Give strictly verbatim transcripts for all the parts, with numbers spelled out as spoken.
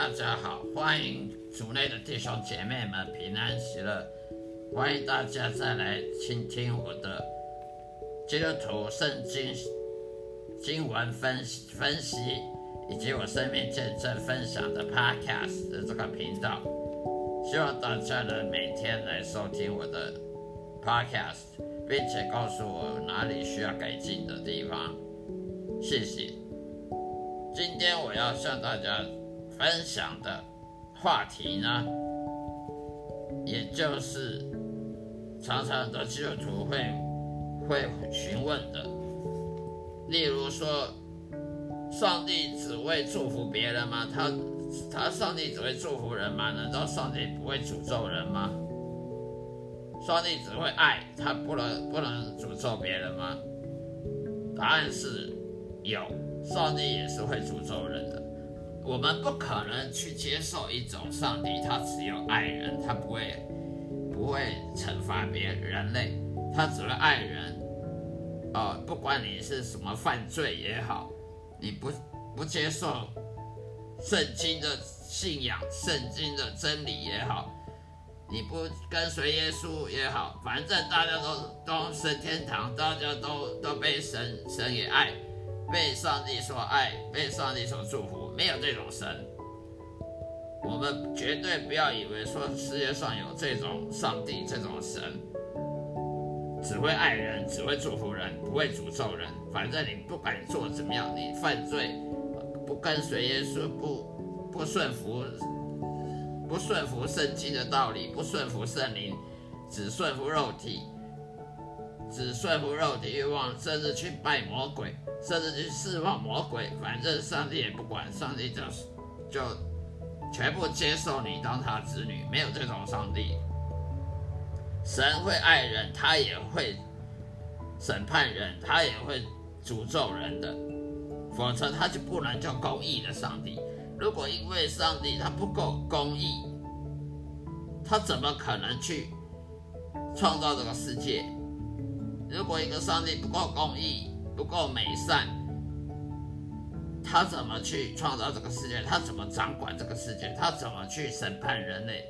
大家好，欢迎主内的弟兄姐妹们平安喜乐，欢迎大家再来倾听我的基督徒圣经经文分分析，以及我生命见证分享的 Podcast 的这个频道。希望大家呢每天来收听我的 Podcast， 并且告诉我哪里需要改进的地方。谢谢。今天我要向大家分享的话题呢，也就是常常的基督徒会会询问的，例如说，上帝只会祝福别人吗？他他上帝只会祝福人吗？难道上帝不会诅咒人吗？上帝只会爱，他不能不能诅咒别人吗？答案是有，上帝也是会诅咒人的。我们不可能去接受一种上帝，他只有爱人，他不会不会惩罚别人人类，他只会爱人。呃，不管你是什么犯罪也好，你不不接受圣经的信仰、圣经的真理也好，你不跟随耶稣也好，反正大家都都升天堂，大家都都被神神也爱，被上帝所爱，被上帝所祝福。没有这种神，我们绝对不要以为说世界上有这种上帝，这种神只会爱人，只会祝福人，不会诅咒人。反正你不管做怎么样，你犯罪不跟随耶稣，不不顺服不顺服圣经的道理，不顺服圣灵，只顺服肉体，只顺服肉体欲望，甚至去拜魔鬼，甚至去释放魔鬼，反正上帝也不管，上帝就就全部接受你当他子女。没有这种上帝。神会爱人，他也会审判人，他也会诅咒人的，否则他就不能叫公义的上帝。如果因为上帝他不够公义，他怎么可能去创造这个世界？如果一个上帝不够公义，不够美善，他怎么去创造这个世界？他怎么掌管这个世界？他怎么去审判人类？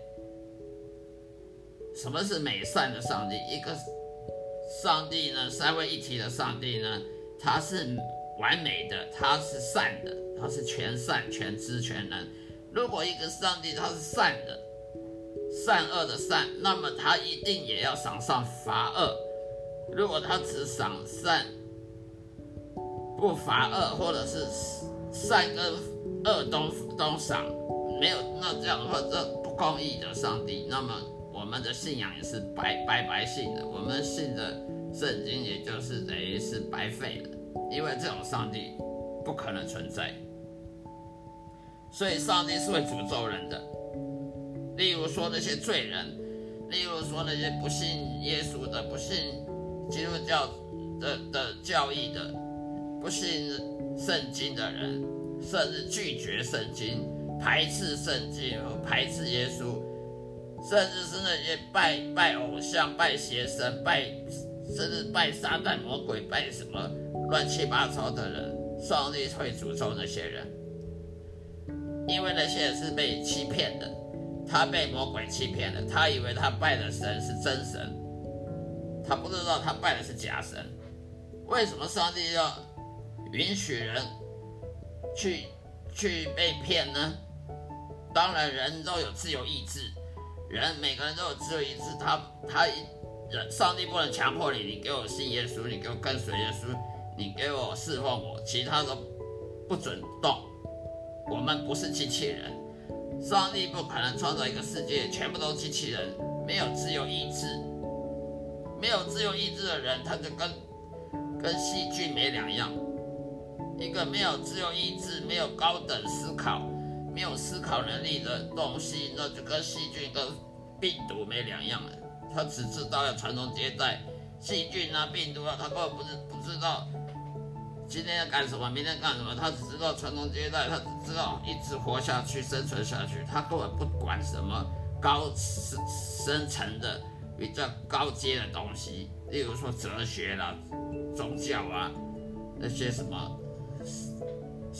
什么是美善的上帝？一个上帝呢，三位一体的上帝呢，他是完美的，他是善的，他是全善、全知、全能。如果一个上帝他是善的，善恶的善，那么他一定也要赏善罚恶。如果他只赏善不罚恶，或者是善跟恶都都赏，没有，那这样的话，这不公义的上帝，那么我们的信仰也是白白白信的，我们信的圣经也就是等于是白费了，因为这种上帝不可能存在。所以上帝是会诅咒人的，例如说那些罪人，例如说那些不信耶稣的，不信基督教 的, 的教义的，不信圣经的人，甚至拒绝圣经，排斥圣经，排斥耶稣，甚至是那些拜拜偶像、拜邪神、拜甚至拜撒旦魔鬼、拜什么乱七八糟的人，上帝会诅咒那些人，因为那些人是被欺骗的，他被魔鬼欺骗了，他以为他拜的神是真神，他不知道他拜的是假神。为什么上帝要允许人去去被骗呢？当然，人都有自由意志，人每个人都有自由意志，他他上帝不能强迫你，你给我信耶稣，你给我跟随耶稣，你给我侍奉我，其他都不准动。我们不是机器人，上帝不可能创造一个世界全部都机器人，没有自由意志。没有自由意志的人，他就跟跟细菌没两样。一个没有自由意志、没有高等思考、没有思考能力的东西，那就跟细菌、跟病毒没两样了。他只知道要传宗接代，细菌啊、病毒啊，他根本不知不知道今天要干什么，明天干什么，他只知道传宗接代，他只知道一直活下去、生存下去，他根本不管什么高深层的、比较高阶的东西，例如说哲学啦、宗教啊，那些什么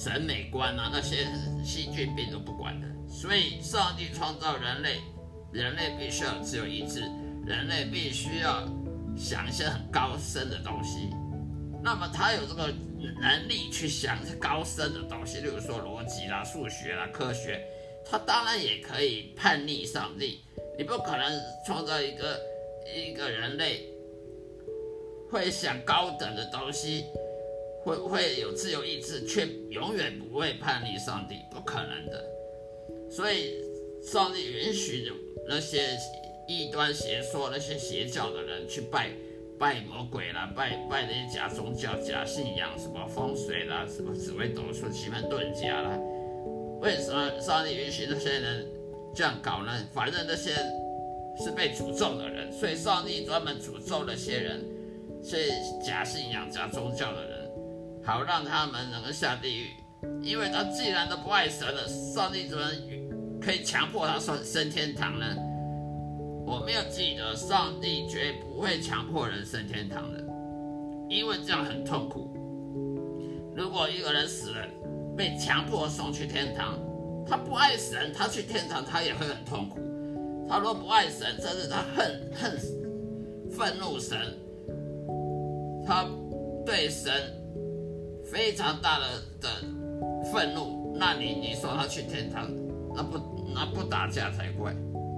审美观啊，那些细菌病都不管的。所以上帝创造人类，人类必须要自由意志，人类必须要想一些很高深的东西。那么他有这个能力去想高深的东西，例如说逻辑啦、数学啦、科学，他当然也可以叛逆上帝。你不可能创造一个一个人类会想高等的东西，会会有自由意志，却永远不会叛逆上帝，不可能的。所以上帝允许那些异端邪说、那些邪教的人去拜拜魔鬼啦，拜拜那些假宗教、假信仰，什么风水啦，什么紫微斗数、奇门遁甲啦。为什么上帝允许那些人这样搞呢？反正那些是被诅咒的人，所以上帝专门诅咒那些人，是假信仰、假宗教的人，好让他们能够下地狱。因为他既然都不爱神了，上帝怎么可以强迫他升天堂呢？我没有记得，上帝绝不会强迫人升天堂的，因为这样很痛苦。如果一个人死了，被强迫送去天堂，他不爱神，他去天堂他也会很痛苦。他若不爱神，甚至他恨恨愤怒神，他对神非常大的的愤怒，那你你说他去天堂，那不那不打架才怪。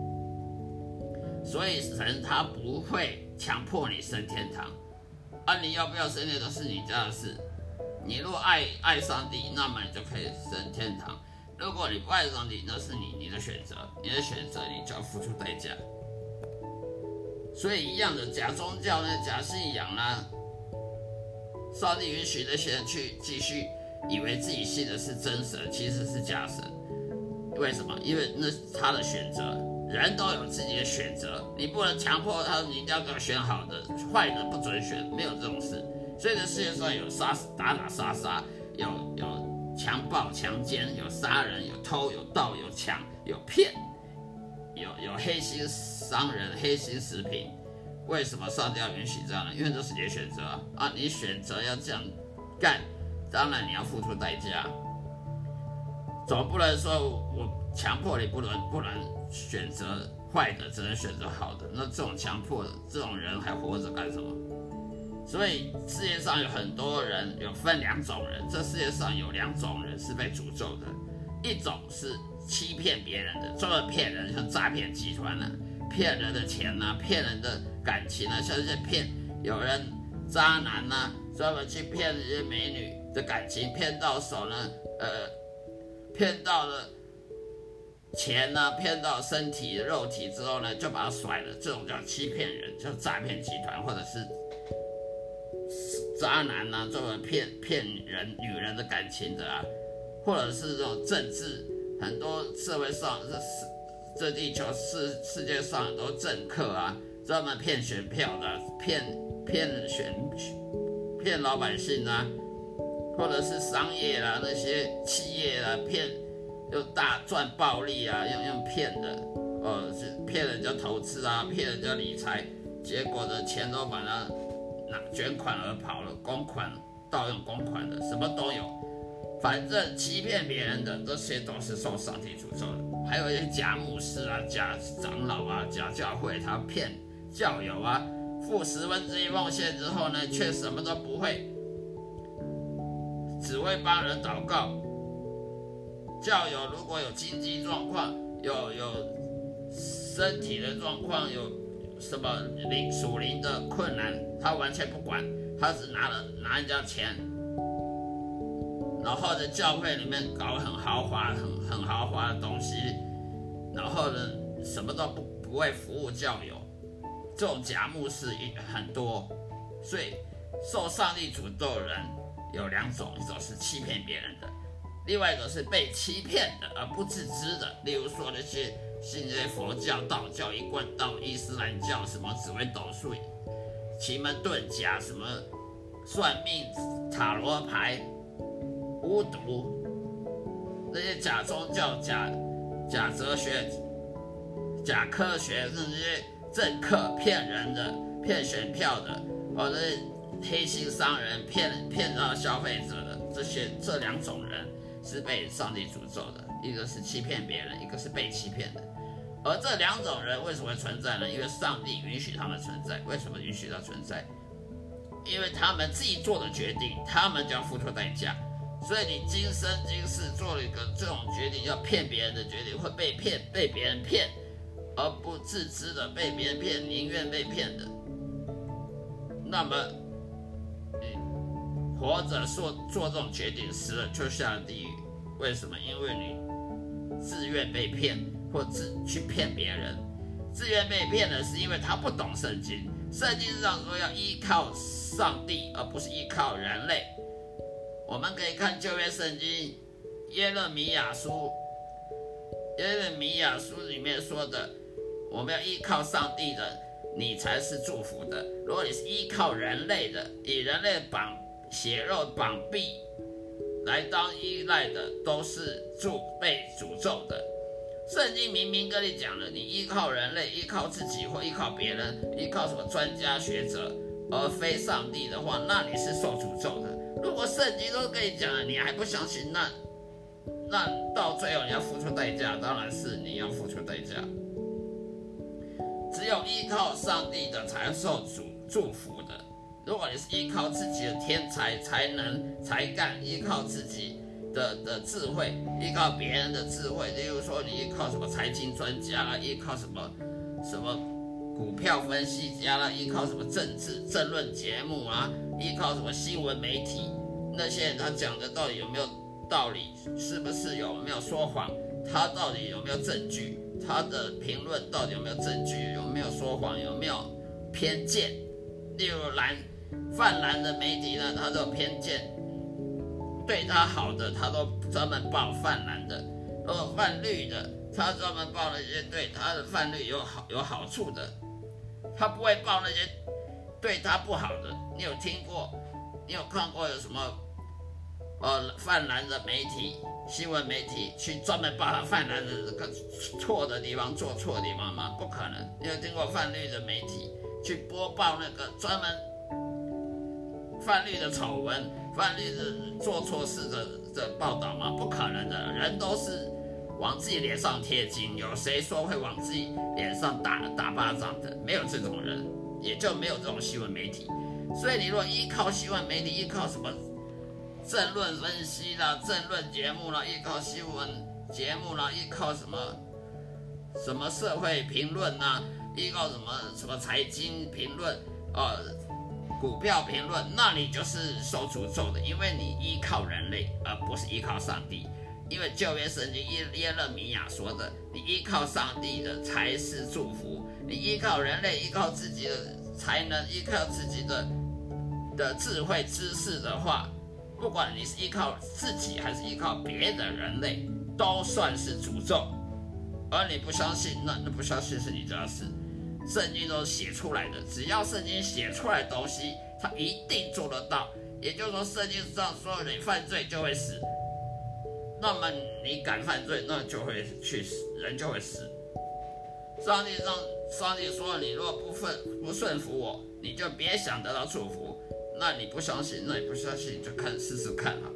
所以神他不会强迫你升天堂，啊，你要不要升天堂是你家的事。你若爱爱上帝，那么你就可以升天堂；如果你不爱上帝，那是你你的选择，你的选择你就要付出代价。所以一样的，假宗教呢、假信仰啦，上帝允许那些人去继续以为自己信的是真神，其实是假神。为什么？因为那是他的选择。人都有自己的选择，你不能强迫他，你一定要给我选好的，坏的不准选，没有这种事。所以这世界上有杀打打杀杀，有有强暴强奸，有杀人，有偷有盗有抢有骗，有有黑心商人、黑心食品。为什么上帝要允许这样呢？因为这是你的选择啊，你选择要这样干，当然你要付出代价。总不能说我强迫你不能不能选择坏的，只能选择好的。那这种强迫的这种人还活着干什么？所以世界上有很多人，有分两种人。这世界上有两种人是被诅咒的，一种是欺骗别人的，专门骗人，像诈骗集团啊，骗人的钱啊，骗人的感情啊，像这些骗有人渣男啊，专门去骗这些美女的感情，骗到手呢，呃。骗到了钱呢，骗到身体肉体之后呢，就把它甩了，这种叫欺骗人，叫诈骗集团，或者是渣男啊，专门骗骗人女人的感情的啊，或者是这种政治，很多社会上这这地球世世界上很多政客啊，专门骗选票的，骗骗选骗老百姓啊。或者是商业啦，那些企业啦，骗用大赚暴利啊，用用骗的，呃，是骗人家投资啊，骗人家理财，结果的钱都把它拿卷款而跑了，公款盗用公款的，什么都有，反正欺骗别人的这些都是受上帝诅咒的。还有一些假牧师啊、假长老啊、假教会，他骗教友啊，付十分之一奉献之后呢，却什么都不会。只会帮人祷告。教友如果有经济状况，有有身体的状况，有什么灵属灵的困难，他完全不管，他只拿了拿人家钱，然后在教会里面搞很豪华、很很豪华的东西，然后呢什么都不不会服务教友，这种假牧师很多，所以受上帝诅咒的人。有两种，一种是欺骗别人的，另外一个是被欺骗的而不自知的。例如说那些信这些佛教、道教、一贯道、伊斯兰教，什么紫微斗数、奇门遁甲，什么算命、塔罗牌、巫毒，那些假宗教、假假哲学、假科学，甚至这些政客骗人的、骗选票的，或者黑心商人骗骗到消费者的这些这两种人是被上帝诅咒的，一个是欺骗别人，一个是被欺骗的。而这两种人为什么会存在呢？因为上帝允许他们存在。为什么允许他存在？因为他们自己做的决定，他们就要付出代价。所以你今生今世做了一个这种决定，要骗别人的决定，会被骗，被别人骗，而不自知的被别人骗，宁愿被骗的。那么你活着做做这种决定，死了就下了地狱。为什么？因为你自愿被骗，或自去骗别人。自愿被骗的是因为他不懂圣经。圣经上说要依靠上帝，而不是依靠人类。我们可以看旧约圣经耶勒米亚书，耶勒米亚书里面说的，我们要依靠上帝的，你才是祝福的。如果你是依靠人类的，以人类绑血肉绑臂来当依赖的，都是祝被诅咒的。圣经明明跟你讲了，你依靠人类，依靠自己或依靠别人，依靠什么专家学者，而非上帝的话，那你是受诅咒的。如果圣经都跟你讲了，你还不相信，那那到最后你要付出代价，当然是你要付出代价。只有依靠上帝的才受主祝福的。如果你是依靠自己的天才、才能、才干，依靠自己的的智慧，依靠别人的智慧，例如说你依靠什么财经专家啦，依靠什么什么股票分析家啦，依靠什么政治政论节目啊，依靠什么新闻媒体，那些人他讲的到底有没有道理，是不是有没有说谎，他到底有没有证据，他的评论到底有没有证据，有没有说谎，有没有偏见。例如蓝泛蓝的媒体呢，他都有偏见，对他好的他都专门报泛蓝的，如果泛绿的他专门报那些对他的泛绿有好有好处的，他不会报那些对他不好的。你有听过，你有看过有什么呃泛蓝的媒体新闻媒体去专门报他泛蓝的这个错的地方，做错的地方吗？不可能。你有听过泛绿的媒体去播报那个专门泛绿的丑闻、泛绿的做错事的的报道吗？不可能的。人都是往自己脸上贴金，有谁说会往自己脸上打打巴掌的？没有这种人，也就没有这种新闻媒体。所以你如果依靠新闻媒体，依靠什么政论分析啦、政论节目啦，依靠新闻节目啦，依靠什么什么社会评论啦，依靠什么什么财经评论，呃，股票评论，那你就是受诅咒的，因为你依靠人类，而不是依靠上帝。因为旧约圣经耶勒米亚说的，你依靠上帝的才是祝福，你依靠人类，依靠自己的才能，依靠自己的的智慧知识的话，不管你是依靠自己还是依靠别的人类，都算是诅咒。而你不相信，那那不相信是你家事。圣经都写出来的，只要圣经写出来的东西，它一定做得到。也就是说，圣经上说你犯罪就会死，那么你敢犯罪，那就会去死，人就会死。上帝上上帝说，你若不顺不顺服我，你就别想得到祝福。那你不相信，那你不相信，就看试试看啊。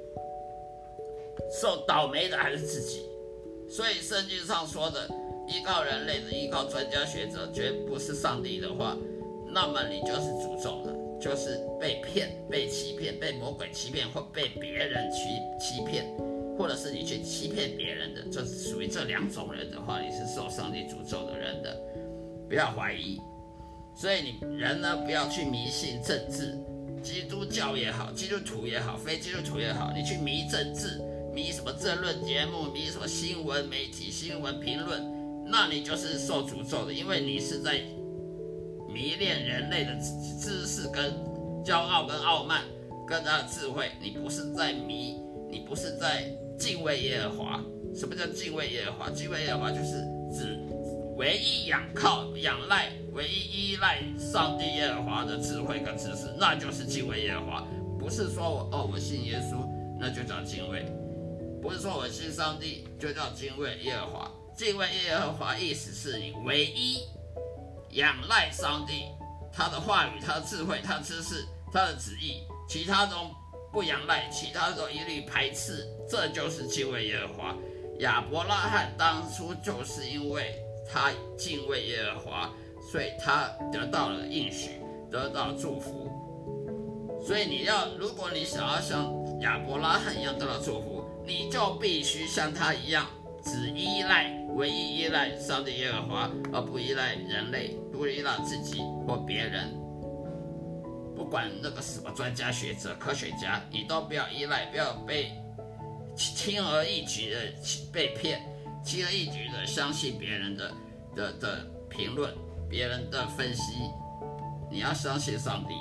受倒霉的还是自己。所以圣经上说的，依靠人类的，依靠专家学者，绝不是上帝的话，那么你就是诅咒的，就是被骗、被欺骗、被魔鬼欺骗，或被别人去欺骗，或者是你去欺骗别人的，这属于这两种人的话，你是受上帝诅咒的人的，不要怀疑。所以你人呢，不要去迷信政治，基督教也好，基督徒也好，非基督徒也好，你去迷政治。迷什么政论节目，迷什么新闻媒体、新闻评论，那你就是受诅咒的，因为你是在迷恋人类的知识跟骄傲跟傲慢跟他的智慧，你不是在迷，你不是在敬畏耶和华。什么叫敬畏耶和华？敬畏耶和华就是指唯一仰靠、仰赖、唯一依赖上帝耶和华的智慧跟知识，那就是敬畏耶和华。不是说我哦，我信耶稣，那就叫敬畏。不是说我信上帝就叫敬畏耶和华，敬畏耶和华意思是你唯一仰赖上帝，他的话语、他的智慧、他的知识， 他的旨意，其他中不仰赖，其他都一律排斥，这就是敬畏耶和华。亚伯拉罕当初就是因为他敬畏耶和华，所以他得到了应许，得到祝福。所以你要，如果你想要像亚伯拉罕一样得到祝福，你就必须像他一样，只依赖，唯一依赖上帝耶和华，而不依赖人类，不依赖自己或别人。不管那个什么专家学者、科学家，你都不要依赖，不要被轻而易举的被骗，轻而易举的相信别人的的的评论、别人的分析。你要相信上帝。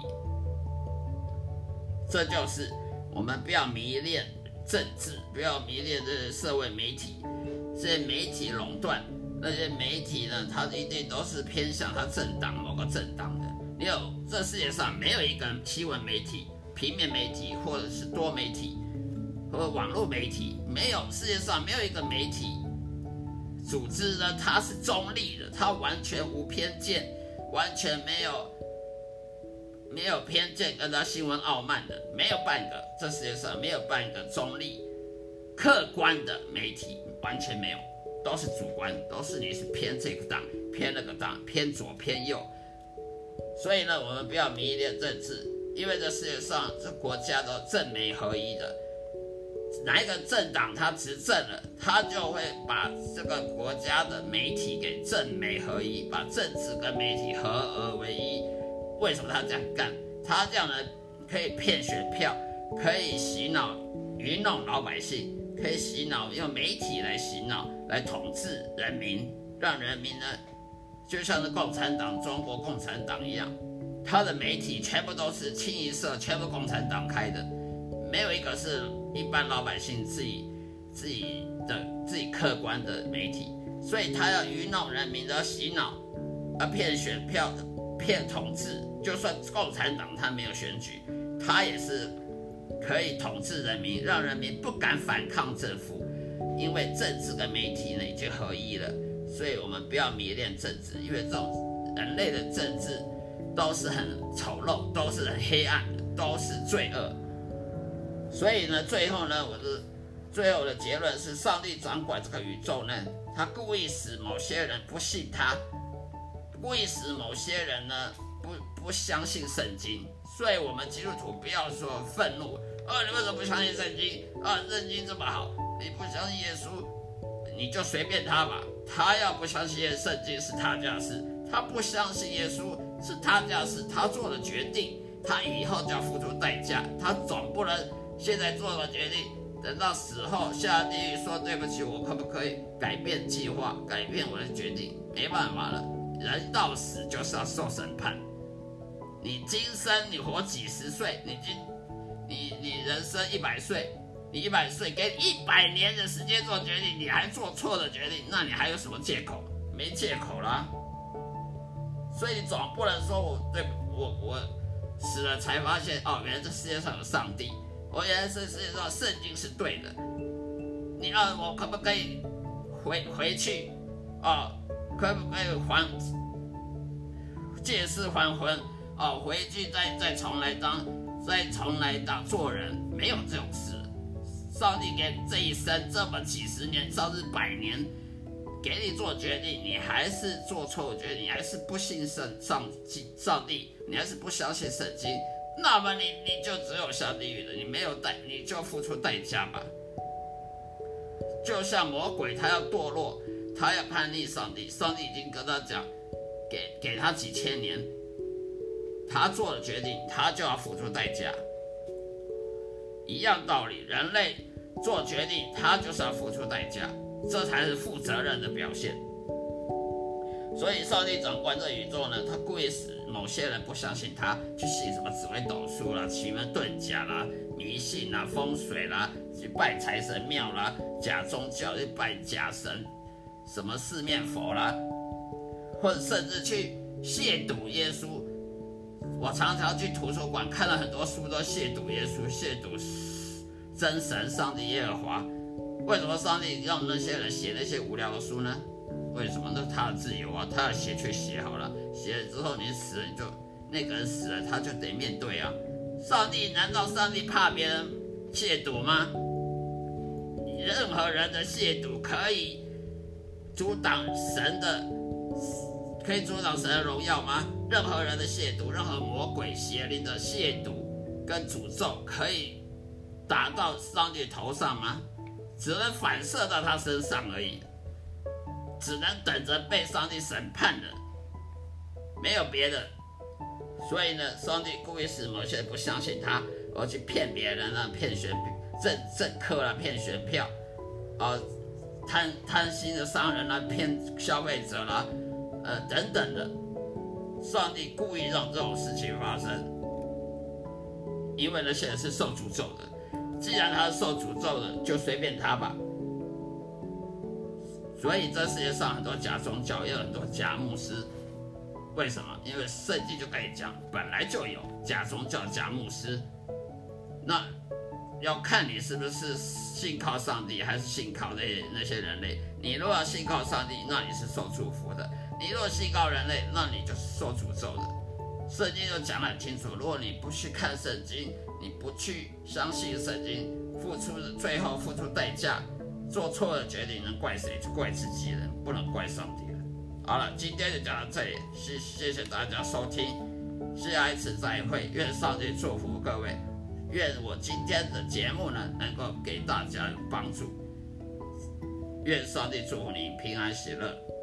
这就是我们不要迷恋政治，不要迷恋这些社会媒体，这些媒体垄断，那些媒体呢，它一定都是偏向它政党某个政党的。你有这世界上没有一个新闻媒体、平面媒体或者是多媒体或者网络媒体，没有世界上没有一个媒体组织呢，它是中立的，它完全无偏见，完全没有。没有偏见跟他新闻傲慢的，没有半个，这世界上没有半个中立、客观的媒体，完全没有，都是主观，都是你是偏这个党、偏那个党、偏左偏右。所以呢，我们不要迷恋政治，因为这世界上这国家都政媒合一的，哪一个政党他执政了，他就会把这个国家的媒体给政媒合一，把政治跟媒体合而为一。为什么他这样干？他这样呢，可以骗选票，可以洗脑、愚弄老百姓，可以洗脑，用媒体来洗脑，来统治人民，让人民呢，就像是共产党、中国共产党一样，他的媒体全部都是清一色，全部共产党开的，没有一个是一般老百姓自己自己的自己客观的媒体，所以他要愚弄人民的洗脑，要骗选票。骗统治，就算共产党他没有选举，他也是可以统治人民，让人民不敢反抗政府，因为政治跟媒体呢已经合一了。所以我们不要迷恋政治，因为这种人类的政治都是很丑陋，都是很黑暗的，都是罪恶。所以呢，最后呢，我的最后的结论是，上帝掌管这个宇宙呢，他故意使某些人不信他。故意使某些人呢不不相信圣经，所以我们基督徒不要说愤怒，啊，你为什么不相信圣经？啊，圣经这么好，你不相信耶稣，你就随便他吧。他要不相信圣经是他家事，他不相信耶稣是他家事，他做了决定，他以后就要付出代价，他总不能现在做了决定，等到死后下地狱说对不起，我可不可以改变计划，改变我的决定？没办法了。人到死就是要受审判。你今生你活几十岁，你今你你人生一百岁，你一百岁给你一百年的时间做决定，你还做错了决定，那你还有什么借口？没借口啦。所以你总不能说我对我我死了才发现哦，原来这世界上有上帝，我原来这世界上圣经是对的。你让、啊、我可不可以回回去哦？可不可以还借尸还魂哦？回去再再重来当再重来当做人，没有这种事。上帝给这一生这么几十年，甚至百年，给你做决定，你还是做错决定，你还是不信上上上帝，你还是不相信圣经，那么你你就只有下地狱了，你没有代，你就付出代价吧。就像魔鬼，他要堕落。他要叛逆上帝，上帝已经跟他讲，给给他几千年，他做了决定，他就要付出代价。一样道理，人类做决定，他就是要付出代价，这才是负责任的表现。所以上帝掌管这宇宙呢，他故意使某些人不相信他，去信什么紫微斗数啦、奇门遁甲啦、迷信啦、风水啦，去拜财神庙啦、假宗教去拜假神。什么四面佛啦，或者甚至去亵渎耶稣。我常常去图书馆看了很多书，都亵渎耶稣，亵渎真神上帝耶和华。为什么上帝让那些人写那些无聊的书呢？为什么？那是他的自由啊，他要写去写好了，写了之后你死了，你就那个人死了，他就得面对啊。 上帝难道上帝怕别人亵渎吗？任何人的亵渎可以阻挡神的，可以阻挡神的荣耀吗？任何人的亵渎，任何魔鬼邪灵的亵渎跟诅咒，可以打到上帝头上吗？只能反射到他身上而已，只能等着被上帝审判的，没有别的。所以呢，上帝故意使某些人不相信他，而去骗别人啊，骗选政政客啦，骗选票，啊，贪贪心的商人啦，骗消费者啦，呃等等的。上帝故意让这种事情发生，因为那些人是受诅咒的。既然他是受诅咒的，就随便他吧。所以这世界上很多假宗教，也有很多假牧师。为什么？因为圣经就跟你讲，本来就有假宗教、假牧师。那要看你是不是信靠上帝，还是信靠那那些人类。你如果要信靠上帝，那你是受祝福的；你如果信靠人类，那你就是受诅咒的。圣经就讲得很清楚，如果你不去看圣经，你不去相信圣经，付出最后付出代价，做错了决定，能怪谁？就怪自己人，不能怪上帝了。好了，今天就讲到这里，谢谢谢大家收听，下一次再会，愿上帝祝福各位，愿我今天的节目呢能够给大家有帮助，愿上帝祝福你平安喜乐。